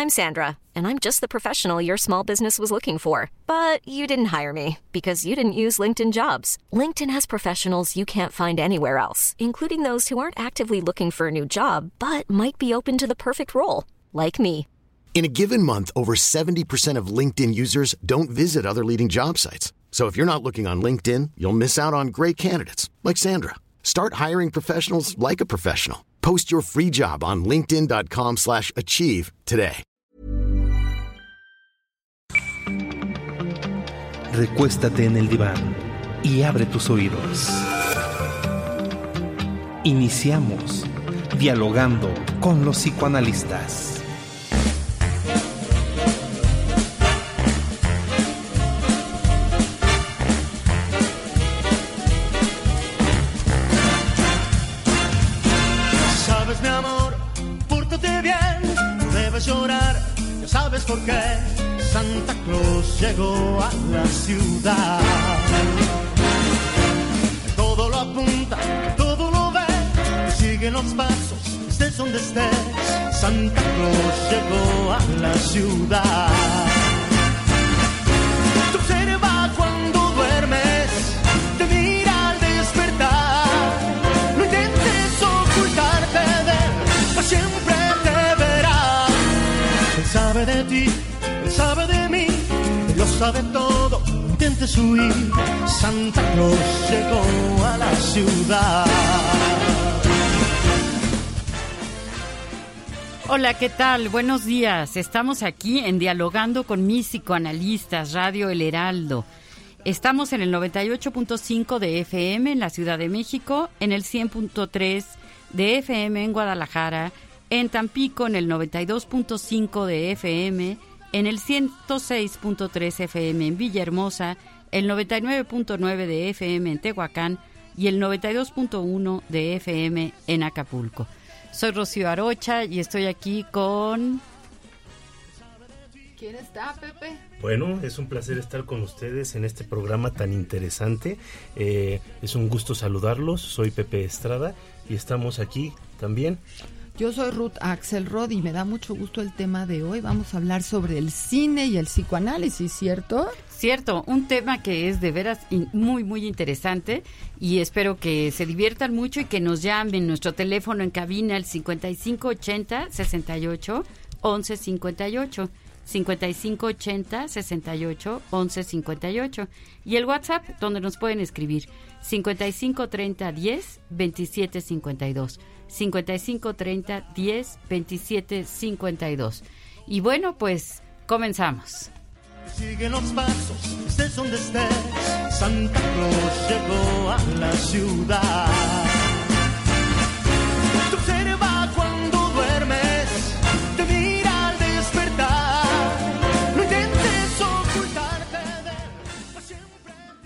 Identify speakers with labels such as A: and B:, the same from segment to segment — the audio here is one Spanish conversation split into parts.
A: I'm Sandra, and I'm just the professional your small business was looking for. But you didn't hire me because you didn't use LinkedIn Jobs. LinkedIn has professionals you can't find anywhere else, including those who aren't actively looking for a new job, but might be open to the perfect role, like me.
B: In a given month, over 70% of LinkedIn users don't visit other leading job sites. So if you're not looking on LinkedIn, you'll miss out on great candidates like Sandra. Start hiring professionals like a professional. Post your free job on linkedin.com/achieve today.
C: Recuéstate en el diván y abre tus oídos. Iniciamos dialogando con los psicoanalistas.
D: Mi amor, pórtate bien, no debes llorar, ya sabes por qué. Santa Claus llegó a la ciudad. Todo lo apunta, todo lo ve, sigue los pasos, estés donde estés. Santa Claus llegó a la ciudad. Te observa cuando duermes, te mira al despertar. No intentes ocultarte de él, pues siempre te verá. Él sabe de ti, él sabe de mí, él lo sabe todo, no intentes huir. Santa Claus llegó a la ciudad.
E: Hola, ¿qué tal? Buenos días. Estamos aquí en Dialogando con mis psicoanalistas, Radio El Heraldo. Estamos en el 98.5 de FM en la Ciudad de México, en el 100.3 de FM en Guadalajara, en Tampico en el 92.5 de FM, en el 106.3 FM en Villahermosa, el 99.9 de FM en Tehuacán y el 92.1 de FM en Acapulco. Soy Rocío Arocha y estoy aquí con...
F: ¿Quién está, Pepe?
G: Bueno, es un placer estar con ustedes en este programa tan interesante. Es un gusto saludarlos. Soy Pepe Estrada y estamos aquí también.
F: Yo soy Ruth Axelrod y me da mucho gusto el tema de hoy. Vamos a hablar sobre el cine y el psicoanálisis, ¿cierto?
E: Cierto, un tema que es de veras muy, muy interesante y espero que se diviertan mucho y que nos llamen. Nuestro teléfono en cabina, el 5580-68-1158, 5580-68-1158 y el WhatsApp donde nos pueden escribir 5530-10-2752, 5530-10-2752. Y bueno, pues comenzamos.
D: Sigue los pasos, estés donde estés. Santa Claus llegó a la ciudad. Te observa cuando duermes, te mira al despertar. No intentes ocultarte de él, pues siempre te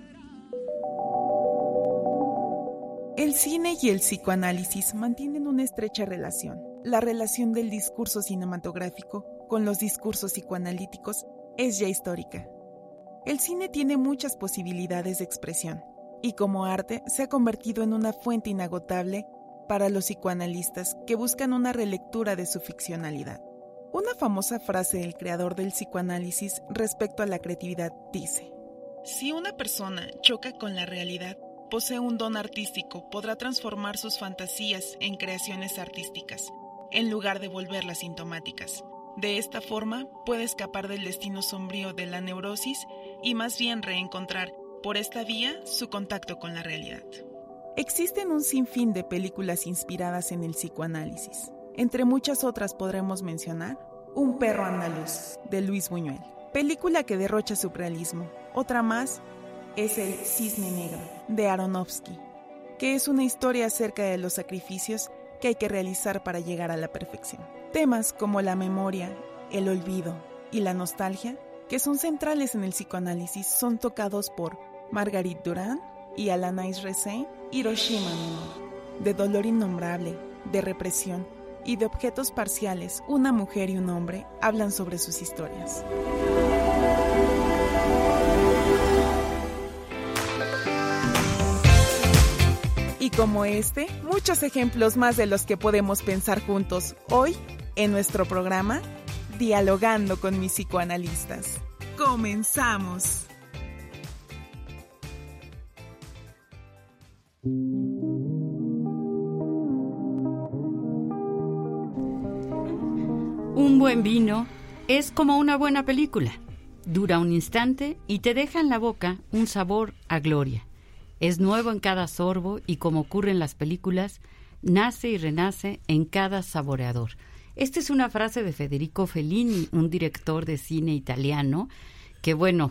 D: verá.
H: El cine y el psicoanálisis mantienen una estrecha relación. La relación del discurso cinematográfico con los discursos psicoanalíticos es ya histórica. El cine tiene muchas posibilidades de expresión y como arte se ha convertido en una fuente inagotable para los psicoanalistas que buscan una relectura de su ficcionalidad. Una famosa frase del creador del psicoanálisis respecto a la creatividad dice: si una persona choca con la realidad, posee un don artístico, podrá transformar sus fantasías en creaciones artísticas, en lugar de volverlas sintomáticas. De esta forma, puede escapar del destino sombrío de la neurosis y más bien reencontrar, por esta vía, su contacto con la realidad. Existen un sinfín de películas inspiradas en el psicoanálisis. Entre muchas otras podremos mencionar Un perro andaluz, de Luis Buñuel, película que derrocha surrealismo. Otra más es El cisne negro, de Aronofsky, que es una historia acerca de los sacrificios que hay que realizar para llegar a la perfección. Temas como la memoria, el olvido y la nostalgia, que son centrales en el psicoanálisis, son tocados por Marguerite Durand y Alanis Resnais. Hiroshima no Mon, de dolor innombrable, de represión y de objetos parciales, una mujer y un hombre hablan sobre sus historias. Y como este, muchos ejemplos más de los que podemos pensar juntos hoy en nuestro programa Dialogando con mis psicoanalistas. ¡Comenzamos!
E: Un buen vino es como una buena película. Dura un instante y te deja en la boca un sabor a gloria. Es nuevo en cada sorbo y, como ocurre en las películas, nace y renace en cada saboreador. Esta es una frase de Federico Fellini, un director de cine italiano que,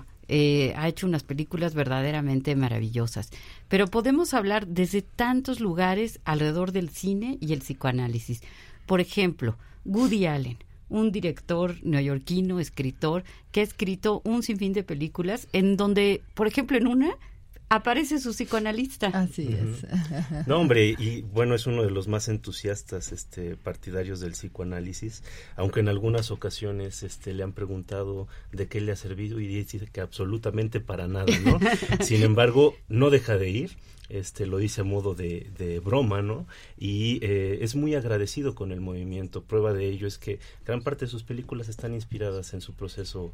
E: ha hecho unas películas verdaderamente maravillosas. Pero podemos hablar desde tantos lugares alrededor del cine y el psicoanálisis. Por ejemplo, Woody Allen, un director neoyorquino, escritor, que ha escrito un sinfín de películas en donde, por ejemplo, en una aparece su psicoanalista.
F: Así es.
G: No, hombre, y bueno, es uno de los más entusiastas partidarios del psicoanálisis, aunque en algunas ocasiones le han preguntado de qué le ha servido y dice que absolutamente para nada, ¿no? Sin embargo, no deja de ir. Lo dice a modo de broma, ¿no? Y es muy agradecido con el movimiento. Prueba de ello es que gran parte de sus películas están inspiradas en su proceso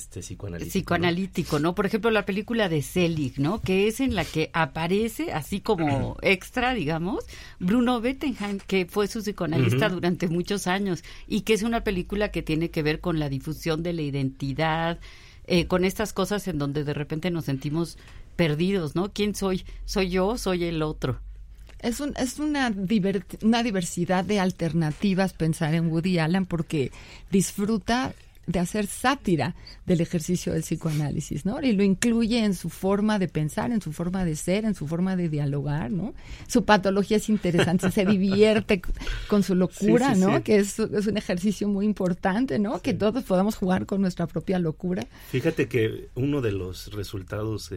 G: psicoanalítico,
E: ¿no? Por ejemplo, la película de Selig, ¿no? Que es en la que aparece, así como extra, digamos, Bruno Bettelheim, que fue su psicoanalista durante muchos años, y que es una película que tiene que ver con la difusión de la identidad, con estas cosas en donde de repente nos sentimos perdidos, ¿no? ¿Quién soy? ¿Soy yo? ¿Soy el otro?
F: Es una diversidad de alternativas pensar en Woody Allen, porque disfruta de hacer sátira del ejercicio del psicoanálisis, ¿no? Y lo incluye en su forma de pensar, en su forma de ser, en su forma de dialogar, ¿no? Su patología es interesante, se divierte con su locura, sí, ¿no? Sí. Que es un ejercicio muy importante, ¿no? Sí. Que todos podamos jugar con nuestra propia locura.
G: Fíjate que uno de los resultados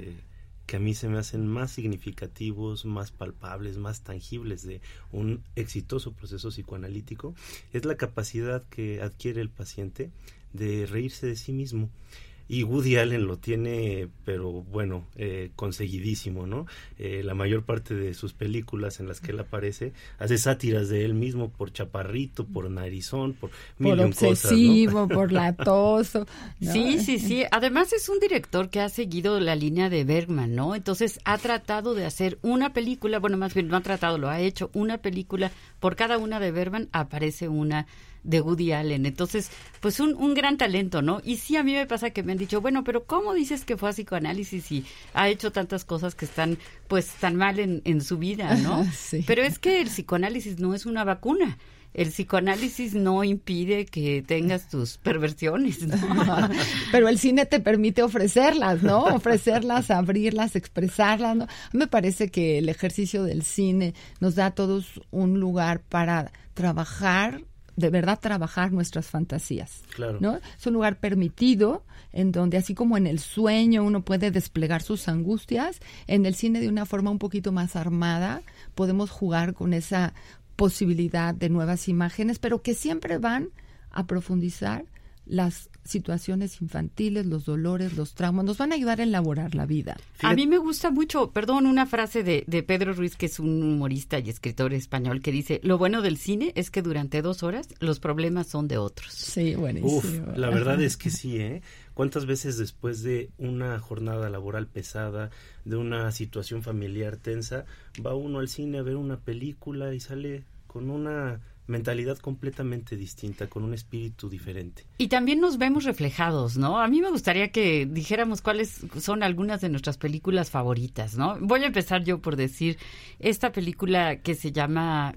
G: que a mí se me hacen más significativos, más palpables, más tangibles de un exitoso proceso psicoanalítico, es la capacidad que adquiere el paciente de reírse de sí mismo. Y Woody Allen lo tiene, pero conseguidísimo, ¿no? La mayor parte de sus películas en las que él aparece hace sátiras de él mismo por chaparrito, por narizón, por mil
F: obsesivo, cosas, ¿no? Por latoso, ¿no?
E: Sí. Además es un director que ha seguido la línea de Bergman, ¿no? Entonces ha tratado de hacer una película, más bien no ha tratado, lo ha hecho, una película, por cada una de Bergman aparece una de Woody Allen. Entonces, pues un gran talento, ¿no? Y sí, a mí me pasa que me han dicho, pero ¿cómo dices que fue a psicoanálisis y ha hecho tantas cosas que están, pues, tan mal en su vida, ¿no?
F: Sí.
E: Pero es que el psicoanálisis no es una vacuna. El psicoanálisis no impide que tengas tus perversiones, ¿no?
F: Pero el cine te permite ofrecerlas, ¿no? Ofrecerlas, abrirlas, expresarlas, ¿no? Me parece que el ejercicio del cine nos da a todos un lugar para trabajar, de verdad trabajar nuestras fantasías,
G: claro,
F: ¿no? Es un lugar permitido en donde, así como en el sueño uno puede desplegar sus angustias, en el cine de una forma un poquito más armada podemos jugar con esa posibilidad de nuevas imágenes, pero que siempre van a profundizar las situaciones infantiles, los dolores, los traumas, nos van a ayudar a elaborar la vida.
E: A mí me gusta mucho, una frase de Pedro Ruiz, que es un humorista y escritor español, que dice, lo bueno del cine es que durante 2 horas los problemas son de otros.
F: Sí, buenísimo.
G: La verdad es que sí, ¿eh? ¿Cuántas veces después de una jornada laboral pesada, de una situación familiar tensa, va uno al cine a ver una película y sale con una mentalidad completamente distinta, con un espíritu diferente?
E: Y también nos vemos reflejados, ¿no? A mí me gustaría que dijéramos cuáles son algunas de nuestras películas favoritas, ¿no? Voy a empezar yo por decir esta película que se llama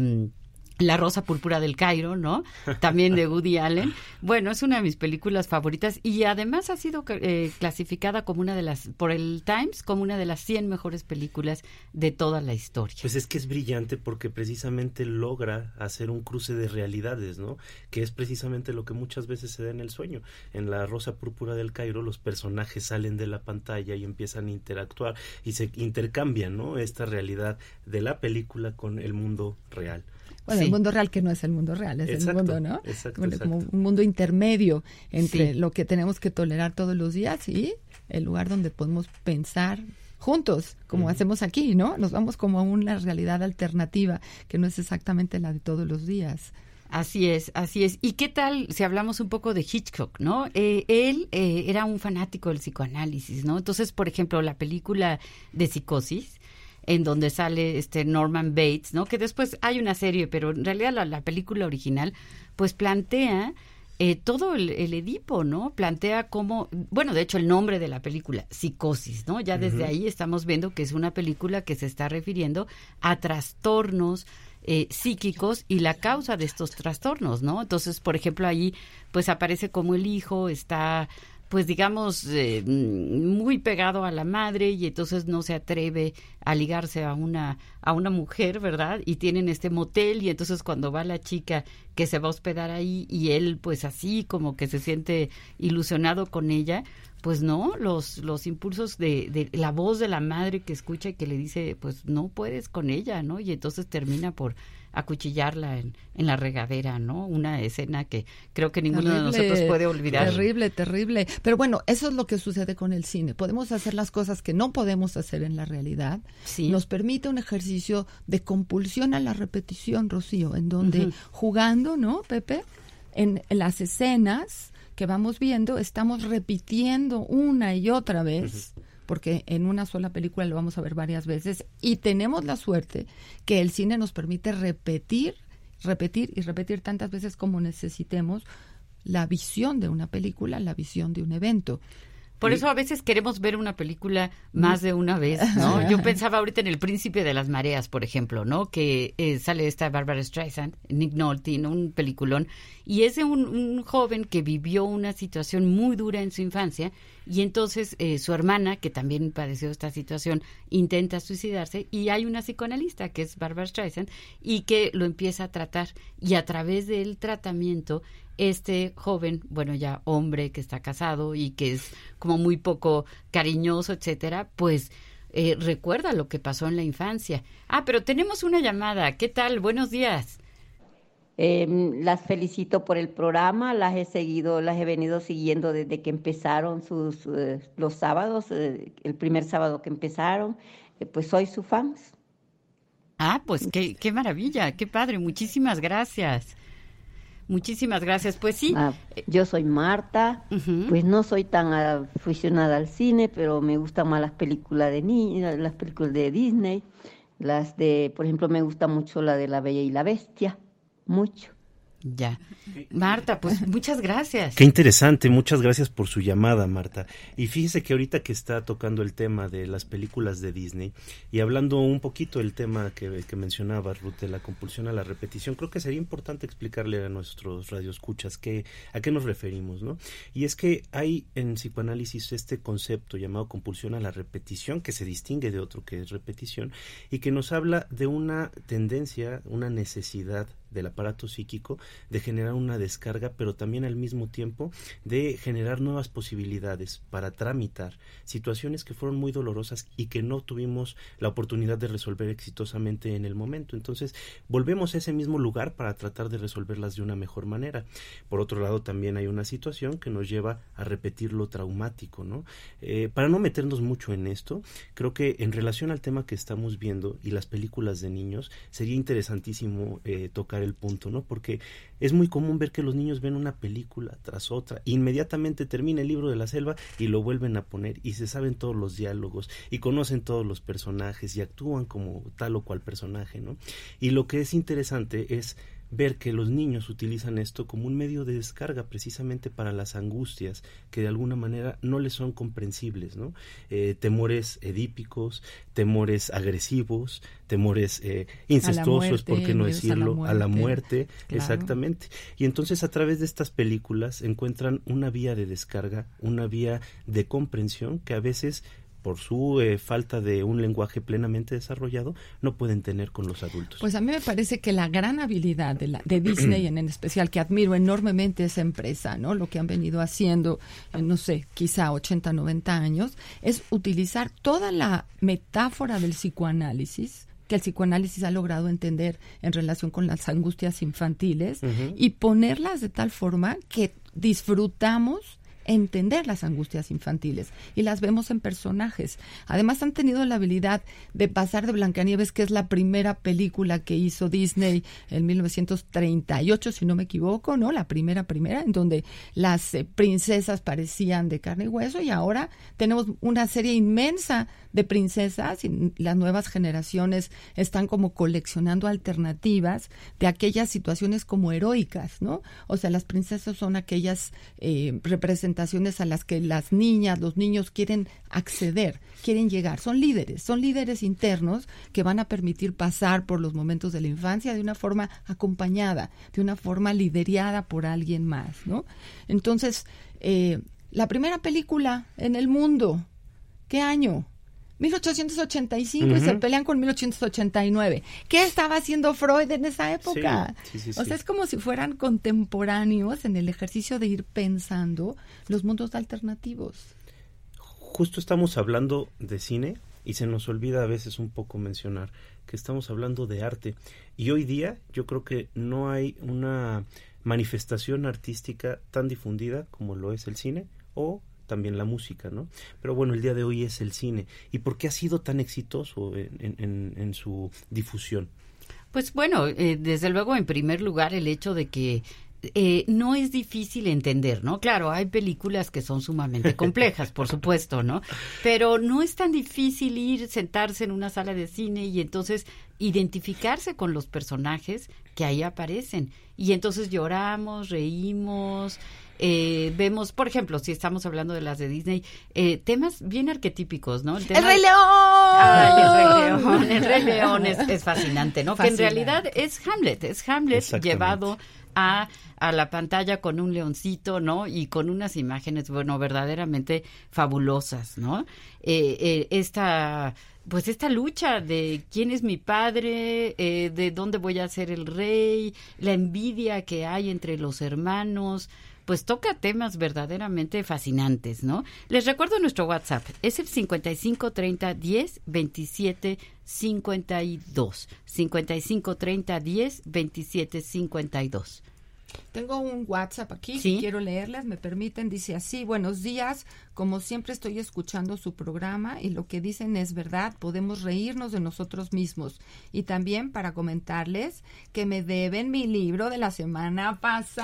E: La Rosa Púrpura del Cairo, ¿no? También de Woody Allen. Es una de mis películas favoritas y además ha sido clasificada como por el Times como una de las 100 mejores películas de toda la historia.
G: Pues es que es brillante porque precisamente logra hacer un cruce de realidades, ¿no? Que es precisamente lo que muchas veces se da en el sueño. En La Rosa Púrpura del Cairo los personajes salen de la pantalla y empiezan a interactuar y se intercambian, ¿no? Esta realidad de la película con el mundo real.
F: El mundo real que no es el mundo real, es
G: exacto,
F: el mundo, ¿no?
G: Exacto.
F: Como un mundo intermedio entre lo que tenemos que tolerar todos los días y el lugar donde podemos pensar juntos, como hacemos aquí, ¿no? Nos vamos como a una realidad alternativa que no es exactamente la de todos los días.
E: Así es. ¿Y qué tal si hablamos un poco de Hitchcock, no? Él era un fanático del psicoanálisis, ¿no? Entonces, por ejemplo, la película de Psicosis, en donde sale Norman Bates, ¿no? Que después hay una serie, pero en realidad la película original, pues plantea todo el Edipo, ¿no? Plantea cómo, bueno, de hecho el nombre de la película, Psicosis, ¿no? Ya desde ahí estamos viendo que es una película que se está refiriendo a trastornos psíquicos y la causa de estos trastornos, ¿no? Entonces, por ejemplo, ahí pues aparece como el hijo está, pues digamos, muy pegado a la madre y entonces no se atreve a ligarse a una mujer, ¿verdad? Y tienen este motel y entonces cuando va la chica que se va a hospedar ahí y él pues así como que se siente ilusionado con ella, pues no, los impulsos de la voz de la madre que escucha y que le dice, pues no puedes con ella, ¿no? Y entonces termina por acuchillarla en la regadera, ¿no? Una escena que creo que ninguno de nosotros puede olvidar.
F: Terrible. Pero bueno, eso es lo que sucede con el cine. Podemos hacer las cosas que no podemos hacer en la realidad.
E: Sí.
F: Nos permite un ejercicio de compulsión a la repetición, Rocío, en donde jugando, ¿no, Pepe? En las escenas que vamos viendo, estamos repitiendo una y otra vez, porque en una sola película lo vamos a ver varias veces, y tenemos la suerte que el cine nos permite repetir tantas veces como necesitemos la visión de una película, la visión de un evento.
E: Por eso a veces queremos ver una película más de una vez, ¿no? Yo pensaba ahorita en El Príncipe de las Mareas, por ejemplo, ¿no? Que sale esta Barbara Streisand, Nick Nolte, ¿no? Un peliculón. Y es de un joven que vivió una situación muy dura en su infancia y entonces su hermana, que también padeció esta situación, intenta suicidarse y hay una psicoanalista que es Barbara Streisand y que lo empieza a tratar y a través del tratamiento este joven, bueno, ya hombre que está casado y que es como muy poco cariñoso, etcétera, pues recuerda lo que pasó en la infancia. Pero tenemos una llamada. ¿Qué tal? Buenos días.
I: Las felicito por el programa, las he venido siguiendo desde que empezaron los sábados, el primer sábado que empezaron, pues soy su fan.
E: Pues qué maravilla, qué padre, muchísimas gracias. Muchísimas gracias, pues sí.
I: Yo soy Marta, pues no soy tan aficionada al cine, pero me gustan más las películas de las películas de Disney, por ejemplo, me gusta mucho la de La Bella y la Bestia, mucho.
E: Ya. Marta, pues muchas gracias.
G: Qué interesante, muchas gracias por su llamada, Marta. Y fíjese que ahorita que está tocando el tema de las películas de Disney y hablando un poquito del tema que mencionaba Ruth, de la compulsión a la repetición, creo que sería importante explicarle a nuestros radioescuchas a qué nos referimos, ¿no? Y es que hay en psicoanálisis este concepto llamado compulsión a la repetición, que se distingue de otro que es repetición, y que nos habla de una tendencia, una necesidad del aparato psíquico de generar una descarga, pero también al mismo tiempo de generar nuevas posibilidades para tramitar situaciones que fueron muy dolorosas y que no tuvimos la oportunidad de resolver exitosamente en el momento. Entonces, volvemos a ese mismo lugar para tratar de resolverlas de una mejor manera. Por otro lado, también hay una situación que nos lleva a repetir lo traumático, ¿no? Para no meternos mucho en esto, creo que en relación al tema que estamos viendo y las películas de niños, sería interesantísimo tocar el punto, ¿no? Porque es muy común ver que los niños ven una película tras otra, inmediatamente termina el libro de la selva y lo vuelven a poner y se saben todos los diálogos y conocen todos los personajes y actúan como tal o cual personaje, ¿no? Y lo que es interesante es ver que los niños utilizan esto como un medio de descarga precisamente para las angustias que de alguna manera no les son comprensibles, ¿no? Temores edípicos, temores agresivos, temores incestuosos, ¿por qué no decirlo? A la muerte, claro. Exactamente. Y entonces a través de estas películas encuentran una vía de descarga, una vía de comprensión que a veces por su falta de un lenguaje plenamente desarrollado, no pueden tener con los adultos.
F: Pues a mí me parece que la gran habilidad de Disney, en especial, que admiro enormemente esa empresa, ¿no? Lo que han venido haciendo, no sé, quizá 80, 90 años, es utilizar toda la metáfora del psicoanálisis, que el psicoanálisis ha logrado entender en relación con las angustias infantiles, y ponerlas de tal forma que disfrutamos entender las angustias infantiles y las vemos en personajes. Además han tenido la habilidad de pasar de Blancanieves, que es la primera película que hizo Disney en 1938, si no me equivoco, ¿no? La primera, en donde las princesas parecían de carne y hueso, y ahora tenemos una serie inmensa de princesas y las nuevas generaciones están como coleccionando alternativas de aquellas situaciones como heroicas, ¿no? O sea, las princesas son aquellas representaciones a las que las niñas, los niños quieren acceder, quieren llegar. Son líderes internos que van a permitir pasar por los momentos de la infancia de una forma acompañada, de una forma liderada por alguien más, ¿no? Entonces, la primera película en el mundo, ¿qué año? 1885, y se pelean con 1889. ¿Qué estaba haciendo Freud en esa época? Sí. O sea, es como si fueran contemporáneos en el ejercicio de ir pensando los mundos alternativos.
G: Justo estamos hablando de cine y se nos olvida a veces un poco mencionar que estamos hablando de arte. Y hoy día yo creo que no hay una manifestación artística tan difundida como lo es el cine o también la música, ¿no? Pero bueno, el día de hoy es el cine. ¿Y por qué ha sido tan exitoso en su difusión?
E: Pues bueno, desde luego, en primer lugar, el hecho de que no es difícil entender, ¿no? Claro, hay películas que son sumamente complejas, por supuesto, ¿no? Pero no es tan difícil sentarse en una sala de cine y entonces identificarse con los personajes que ahí aparecen. Y entonces lloramos, reímos, vemos, por ejemplo, si estamos hablando de las de Disney, temas bien arquetípicos, ¿no?
F: ¡El Rey León!
E: El Rey León es fascinante, ¿no? Fascinante. Que en realidad es Hamlet llevado a la pantalla con un leoncito, ¿no? Y con unas imágenes, bueno, verdaderamente fabulosas, ¿no? Esta lucha de quién es mi padre, de dónde voy a ser el rey, la envidia que hay entre los hermanos, pues toca temas verdaderamente fascinantes, ¿no? Les recuerdo nuestro WhatsApp, es el 5530-10-27-52, 5530-10-27-52.
F: Tengo un WhatsApp aquí
E: ¿Sí?
F: que quiero leerles, me permiten, dice así: buenos días, como siempre estoy escuchando su programa y lo que dicen es verdad, podemos reírnos de nosotros mismos. Y también para comentarles que me deben mi libro de la semana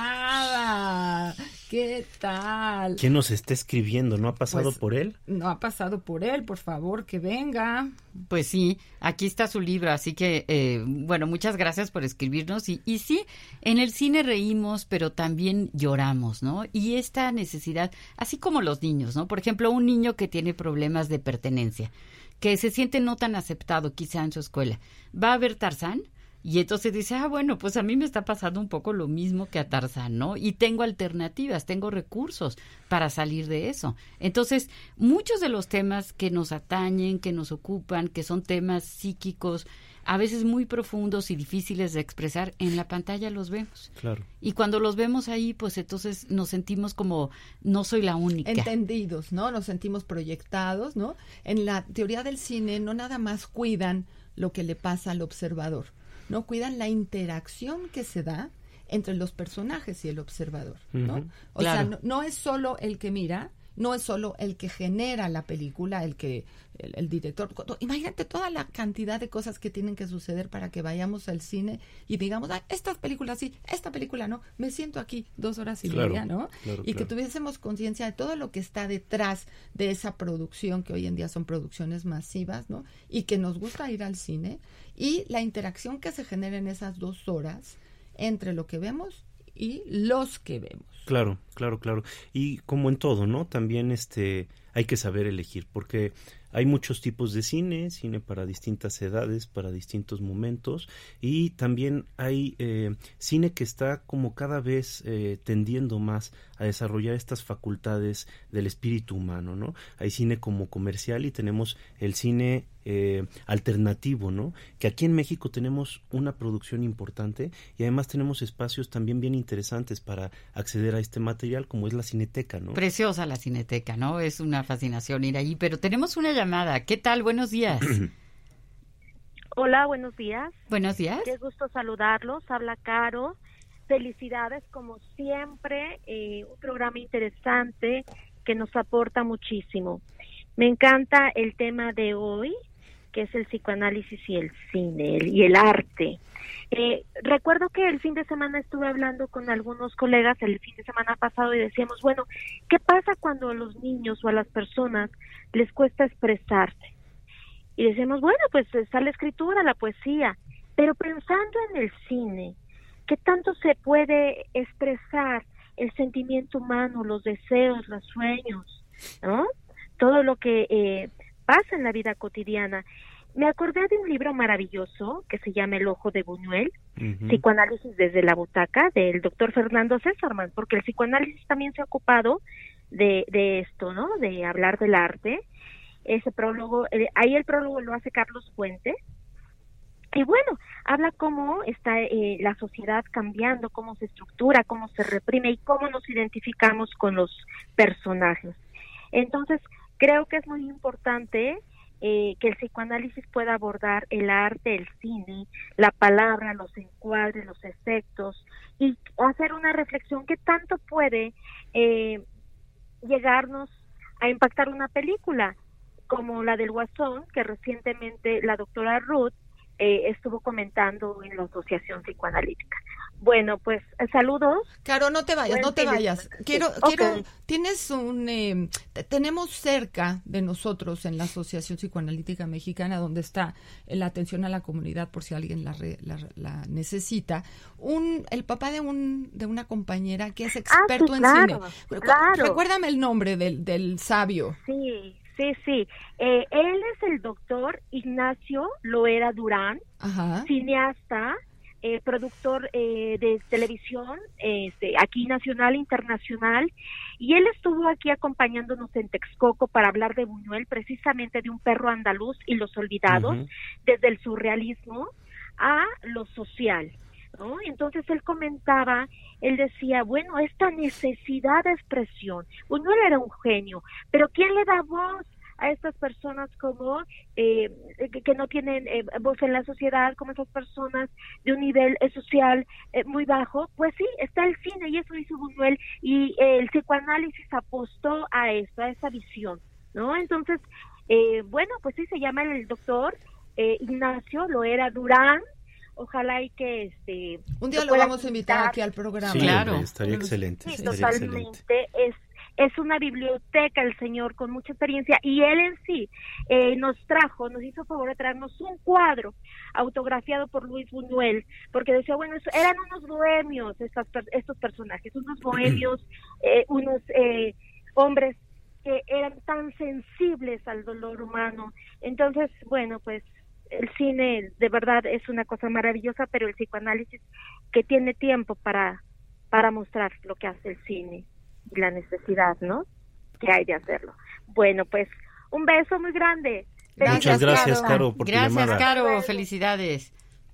F: pasada. ¿Qué tal?
G: ¿Quién nos está escribiendo? ¿No ha pasado
F: Pues,
G: por él?
F: No ha pasado por él, por favor, que venga.
E: Pues sí, aquí está su libro, así que, bueno, muchas gracias por escribirnos. Y sí, en el cine reímos, pero también lloramos, ¿no? Y esta necesidad, así como los niños, ¿no? Por ejemplo, un niño que tiene problemas de pertenencia, que se siente no tan aceptado quizá en su escuela, va a ver Tarzán y entonces dice, bueno, pues a mí me está pasando un poco lo mismo que a Tarzán, ¿no? Y tengo alternativas, tengo recursos para salir de eso. Entonces, muchos de los temas que nos atañen, que nos ocupan, que son temas psíquicos, a veces muy profundos y difíciles de expresar, en la pantalla los vemos.
G: Claro.
E: Y cuando los vemos ahí, pues entonces nos sentimos como, no soy la única.
F: Entendidos, ¿no? Nos sentimos proyectados, ¿no? En la teoría del cine no nada más cuidan lo que le pasa al observador, no cuidan la interacción que se da entre los personajes y el observador, ¿no?
G: Uh-huh.
F: O
E: Claro.
F: sea, no es solo el que mira, no es solo el que genera la película, el director. Imagínate toda la cantidad de cosas que tienen que suceder para que vayamos al cine y digamos, esta película sí, esta película no, me siento aquí 2 horas y media, ¿no?
G: Claro,
F: y que tuviésemos conciencia de todo lo que está detrás de esa producción, que hoy en día son producciones masivas, ¿no? Y que nos gusta ir al cine, y la interacción que se genera en esas 2 horas entre lo que vemos y los que vemos.
G: Claro. Y como en todo, ¿no? También hay que saber elegir, porque hay muchos tipos de cine para distintas edades, para distintos momentos, y también hay cine que está como cada vez tendiendo más a desarrollar estas facultades del espíritu humano, ¿no? Hay cine como comercial y tenemos el cine alternativo, ¿no? Que aquí en México tenemos una producción importante y además tenemos espacios también bien interesantes para acceder a este material, como es la Cineteca, ¿no?
E: Preciosa la Cineteca, ¿no? Es una fascinación ir allí, pero tenemos una llamada. ¿Qué tal? Buenos días.
J: Hola, buenos días.
E: Buenos días.
J: Qué gusto saludarlos. Habla Caro felicidades como siempre, un programa interesante que nos aporta muchísimo. Me encanta el tema de hoy, que es el psicoanálisis y el cine y el arte. Recuerdo que el fin de semana estuve hablando con algunos colegas el fin de semana pasado y decíamos, bueno, ¿qué pasa cuando a los niños o a las personas les cuesta expresarse? Y decíamos, bueno, pues está la escritura, la poesía, pero pensando en el cine, ¿qué tanto se puede expresar el sentimiento humano, los deseos, los sueños, ¿no? Todo lo que pasa en la vida cotidiana. Me acordé de un libro maravilloso que se llama El ojo de Buñuel, Psicoanálisis desde la butaca, del doctor Fernando Césarman, porque el psicoanálisis también se ha ocupado de esto, ¿no? De hablar del arte. Ese prólogo, ahí el prólogo lo hace Carlos Fuentes, y bueno, habla cómo está la sociedad cambiando, cómo se estructura, cómo se reprime y cómo nos identificamos con los personajes. Entonces, creo que es muy importante que el psicoanálisis pueda abordar el arte, el cine, la palabra, los encuadres, los efectos, y hacer una reflexión que tanto puede llegarnos a impactar una película, como la del Guasón, que recientemente la doctora Ruth estuvo comentando en la Asociación Psicoanalítica. Bueno, pues saludos.
F: Caro, no te vayas, no te vayas. Quiero, tienes tenemos cerca de nosotros en la Asociación Psicoanalítica Mexicana, donde está la atención a la comunidad por si alguien la necesita, el papá de una compañera que es experto en cine. Claro. Recuérdame el nombre del sabio.
J: Sí. Él es el doctor Ignacio Loera Durán, cineasta, productor de televisión, aquí nacional e internacional, y él estuvo aquí acompañándonos en Texcoco para hablar de Buñuel, precisamente de un perro andaluz y los olvidados, desde el surrealismo a lo social, ¿no? Entonces él comentaba, él decía, bueno, esta necesidad de expresión, Buñuel era un genio, pero ¿quién le da voz a estas personas como que no tienen voz en la sociedad, como esas personas de un nivel social muy bajo? Pues sí, está el cine, y eso hizo Buñuel, y el psicoanálisis apostó a esto, a esa visión, ¿no? Entonces, bueno, pues sí, se llama el doctor Ignacio Loera Durán. Ojalá y que
F: un día lo vamos a invitar aquí al programa.
G: Sí, claro, estaría excelente.
J: Sí, totalmente. Es una biblioteca el señor con mucha experiencia, y él en sí nos hizo favor de traernos un cuadro autografiado por Luis Buñuel, porque decía, bueno, eran unos bohemios estos personajes, unos bohemios, unos hombres que eran tan sensibles al dolor humano. Entonces, bueno, pues el cine de verdad es una cosa maravillosa, pero el psicoanálisis que tiene tiempo para mostrar lo que hace el cine y la necesidad, ¿no?, que hay de hacerlo. Bueno, pues un beso muy grande.
G: Muchas gracias, Caro, por tu llamada.
E: Gracias, Caro, felicidades.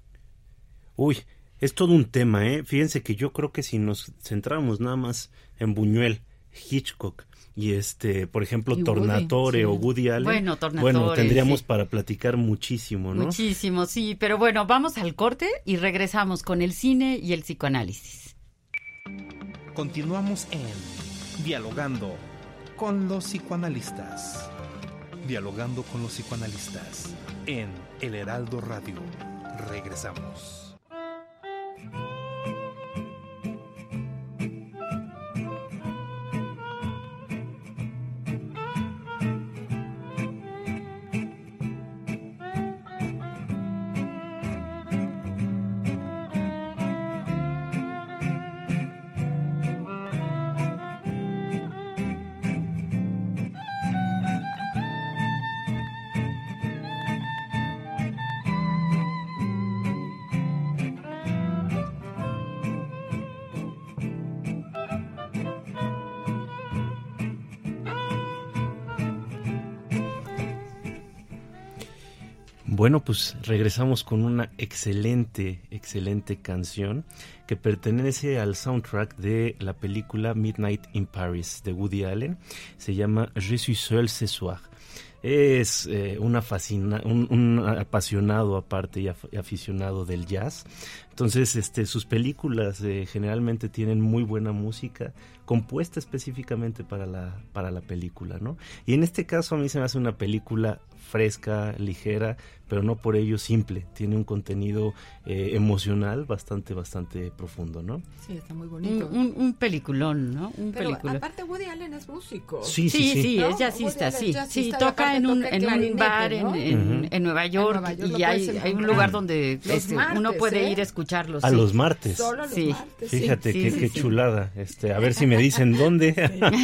G: Uy, es todo un tema, Fíjense que yo creo que si nos centramos nada más en Buñuel, Hitchcock y por ejemplo, Tornatore o Woody Allen, bueno, tendríamos para platicar muchísimo, ¿no?
E: Muchísimo, sí, pero bueno, vamos al corte y regresamos con el cine y el psicoanálisis.
C: Continuamos en Dialogando con los psicoanalistas. Dialogando con los psicoanalistas en El Heraldo Radio. Regresamos.
G: Bueno, pues regresamos con una excelente canción que pertenece al soundtrack de la película Midnight in Paris de Woody Allen. Se llama Je suis seul ce soir. Es un apasionado aparte y aficionado del jazz, Entonces, sus películas generalmente tienen muy buena música, compuesta específicamente para la película, ¿no? Y en este caso a mí se me hace una película fresca, ligera, pero no por ello simple. Tiene un contenido emocional bastante profundo, ¿no?
F: Sí, está muy bonito.
E: Un peliculón, ¿no?
F: Pero aparte Woody Allen es músico.
E: Sí, ¿no? Es jazzista, sí, toca en un bar, ¿no? en Nueva York, y hay un lugar donde uno puede ir a escucharlo.
G: A los martes.
F: Solo a los martes.
G: Fíjate qué chulada. A ver si me dicen dónde.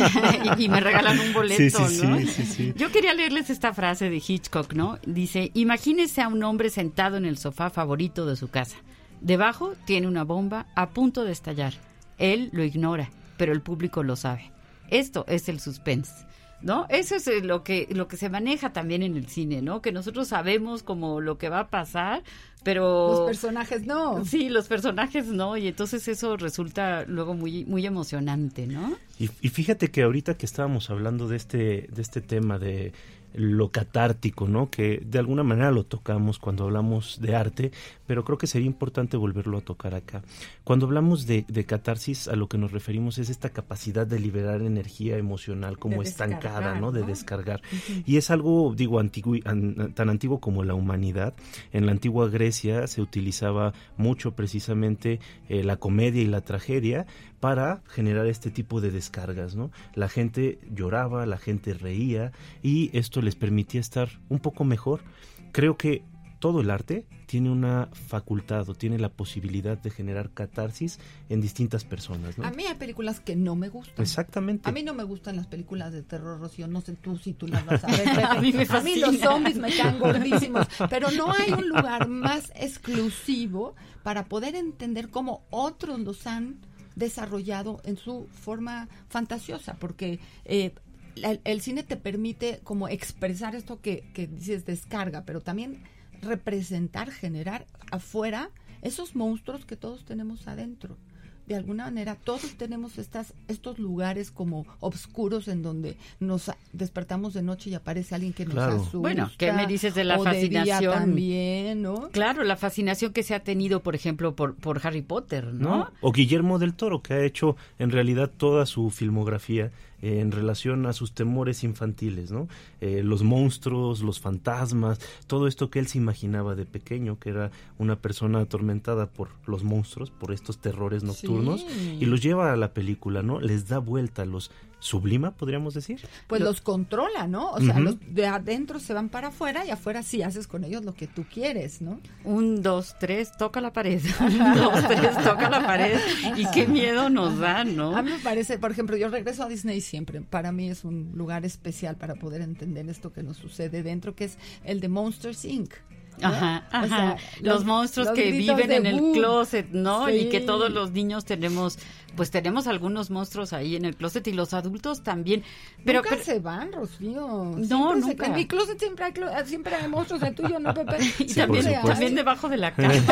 E: y me regalan un boleto, ¿no?
G: Sí.
E: Yo quería leerles esta frase de Hitchcock, ¿no? Dice: imagínese a un hombre sentado en el sofá favorito de su casa. Debajo tiene una bomba a punto de estallar. Él lo ignora, pero el público lo sabe. Esto es el suspense, ¿no? Eso es lo que se maneja también en el cine, ¿no? Que nosotros sabemos como lo que va a pasar, pero
F: los personajes no.
E: Sí, los personajes no, y entonces eso resulta luego muy emocionante, ¿no?
G: Y fíjate que ahorita que estábamos hablando de este tema de lo catártico, ¿no? Que de alguna manera lo tocamos cuando hablamos de arte, pero creo que sería importante volverlo a tocar acá. Cuando hablamos de catarsis, a lo que nos referimos es esta capacidad de liberar energía emocional como estancada, ¿no? De descargar. Uh-huh. Y es algo, digo, tan antiguo como la humanidad. En la antigua Grecia se utilizaba mucho precisamente la comedia y la tragedia para generar este tipo de descargas, ¿no? La gente lloraba, la gente reía, y esto les permitía estar un poco mejor. Creo que todo el arte tiene una facultad o tiene la posibilidad de generar catarsis en distintas personas, ¿no?
F: A mí hay películas que no me gustan.
G: Exactamente.
F: A mí no me gustan las películas de terror, Rocío. No sé tú si tú las vas a ver. a mí los zombies me caen gordísimos. Pero no hay un lugar más exclusivo para poder entender cómo otros los han desarrollado en su forma fantasiosa, porque el cine te permite como expresar esto que dices descarga, pero también representar, generar afuera esos monstruos que todos tenemos adentro. De alguna manera todos tenemos estos lugares como oscuros en donde nos despertamos de noche y aparece alguien que nos asusta.
E: Bueno, ¿qué me dices de la fascinación?
F: De día también, ¿no?
E: Claro, la fascinación que se ha tenido, por ejemplo, por Harry Potter, ¿no?
G: O Guillermo del Toro, que ha hecho en realidad toda su filmografía en relación a sus temores infantiles, ¿no? Los monstruos, los fantasmas, todo esto que él se imaginaba de pequeño, que era una persona atormentada por los monstruos, por estos terrores nocturnos, y los lleva a la película, ¿no? Les da vuelta, los sublima, podríamos decir.
F: Pues los controla, ¿no? O sea, los de adentro se van para afuera y afuera sí haces con ellos lo que tú quieres, ¿no?
E: 1, 2, 3, toca la pared. 1, 2, 3, toca la pared. Y qué miedo nos da, ¿no?
F: A mí me parece, por ejemplo, yo regreso a Disney siempre. Para mí es un lugar especial para poder entender esto que nos sucede dentro, que es el de Monsters, Inc. ¿no?
E: Ajá.
F: O sea,
E: los monstruos que viven en el closet, ¿no?
F: Sí.
E: Y que todos los niños tenemos algunos monstruos ahí en el closet, y los adultos también. Pero
F: se van, Rocío.
E: No, nunca.
F: En mi closet siempre hay monstruos, el tuyo, ¿no, Pepe?
E: Y también debajo de la cama.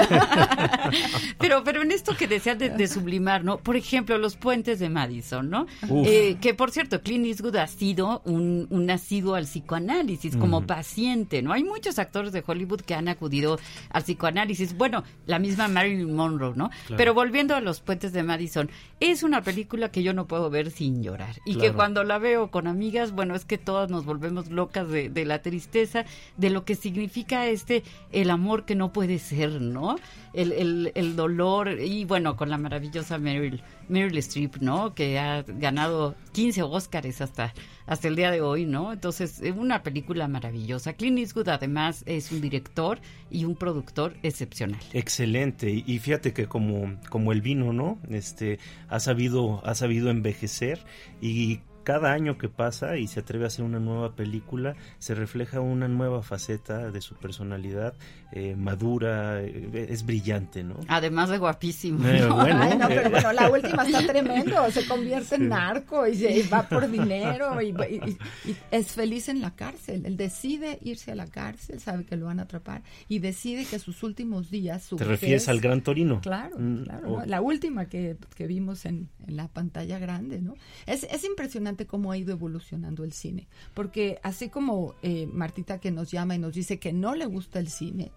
E: pero en esto que decías de sublimar, ¿no? Por ejemplo, los puentes de Madison, ¿no? Que por cierto, Clint Eastwood ha sido un asiduo al psicoanálisis como paciente, ¿no? Hay muchos actores de Hollywood que han acudido al psicoanálisis. Bueno, la misma Marilyn Monroe, ¿no? Claro. Pero volviendo a los puentes de Madison, es una película que yo no puedo ver sin llorar. Y que cuando la veo con amigas, bueno, es que todas nos volvemos locas de la tristeza, de lo que significa el amor que no puede ser, ¿no? El dolor, y bueno, con la maravillosa Meryl Streep, ¿no? Que ha ganado 15 Óscares hasta el día de hoy, ¿no? Entonces, es una película maravillosa. Clint Eastwood además es un director y un productor excepcional.
G: Excelente, y fíjate que como el vino, ¿no? Ha sabido envejecer, y cada año que pasa y se atreve a hacer una nueva película, se refleja una nueva faceta de su personalidad, madura, es brillante, ¿no?
E: Además de guapísimo.
F: Pero bueno, la última está tremendo, se convierte en narco y va por dinero y es feliz en la cárcel. Él decide irse a la cárcel, sabe que lo van a atrapar y decide que sus últimos días...
G: ¿Te refieres al Gran Torino?
F: Claro, ¿no? La última que vimos en la pantalla grande, ¿no? Es impresionante cómo ha ido evolucionando el cine, porque así como Martita, que nos llama y nos dice que no le gusta el cine,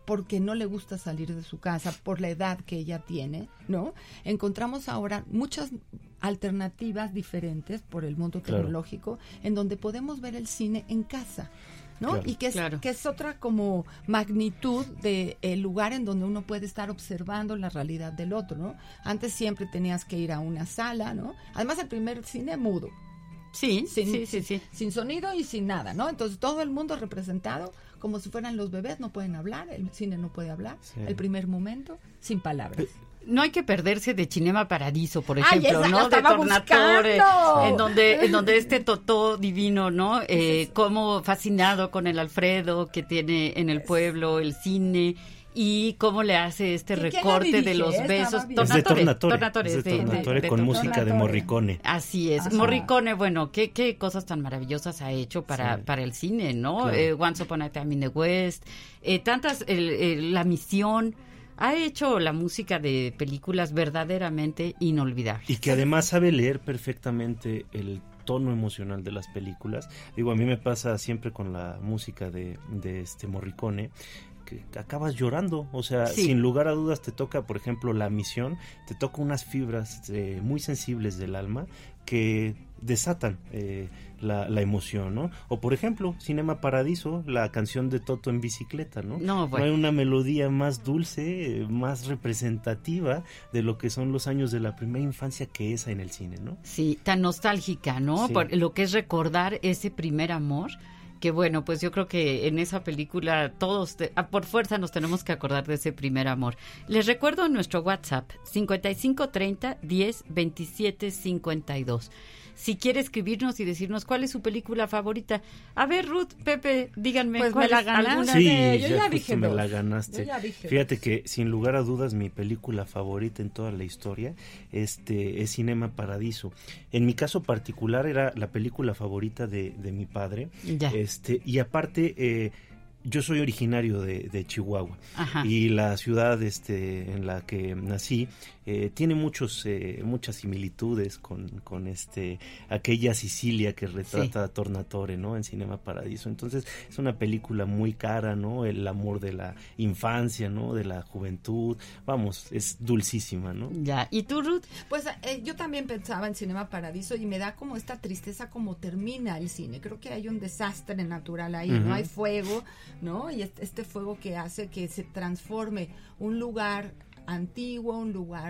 F: porque no le gusta salir de su casa por la edad que ella tiene, ¿no? Encontramos ahora muchas alternativas diferentes por el mundo tecnológico en donde podemos ver el cine en casa, ¿no? Claro. Y que es otra como magnitud de el lugar en donde uno puede estar observando la realidad del otro, ¿no? Antes siempre tenías que ir a una sala, ¿no? Además el primer cine mudo.
E: Sí.
F: Sin sonido y sin nada, ¿no? Entonces todo el mundo representado como si fueran los bebés, no pueden hablar, el cine no puede hablar, el primer momento, sin palabras.
E: No hay que perderse de Cinema Paradiso, por ejemplo,
F: esa
E: ¿no? De Tornatore, en donde este Totó divino, ¿no? Como fascinado con el Alfredo que tiene en el pueblo, el cine, y cómo le hace este recorte de los besos.
G: Tornatore con música de Morricone.
E: Así es. Morricone, bueno, qué cosas tan maravillosas ha hecho para el cine, ¿no? Claro. Once Upon a Time in the West, La Misión. Ha hecho la música de películas verdaderamente inolvidables.
G: Y que además sabe leer perfectamente el tono emocional de las películas. Digo, a mí me pasa siempre con la música de Morricone, que acabas llorando, o sea, sin lugar a dudas te toca, por ejemplo, La Misión, te toca unas fibras muy sensibles del alma que desatan la emoción, ¿no? O por ejemplo, Cinema Paradiso, la canción de Toto en bicicleta, ¿no? No hay una melodía más dulce, más representativa de lo que son los años de la primera infancia que esa en el cine, ¿no?
E: Sí, tan nostálgica, ¿no? Sí. Por lo que es recordar ese primer amor, que bueno, pues yo creo que en esa película todos por fuerza nos tenemos que acordar de ese primer amor. Les recuerdo nuestro WhatsApp 5530 10 27 52. Si quiere escribirnos y decirnos cuál es su película favorita. A ver, Ruth, Pepe, díganme
F: pues
E: cuál
F: me la ganaste.
G: Yo ya dije me la ganaste. Fíjate que sin lugar a dudas mi película favorita en toda la historia es Cinema Paradiso. En mi caso particular era la película favorita de mi padre. Ya. Y aparte yo soy originario de Chihuahua. Ajá. Y la ciudad en la que nací tiene muchas similitudes con aquella Sicilia que retrata Tornatore, ¿no? En Cinema Paradiso. Entonces es una película muy cara, ¿no? El amor de la infancia, ¿no? De la juventud, vamos, es dulcísima, ¿no?
E: Ya. ¿Y tú, Ruth?
F: Pues yo también pensaba en Cinema Paradiso y me da como esta tristeza como termina el cine. Creo que hay un desastre natural ahí, ¿no? Hay fuego, ¿no? Y este fuego que hace que se transforme un lugar antiguo, un lugar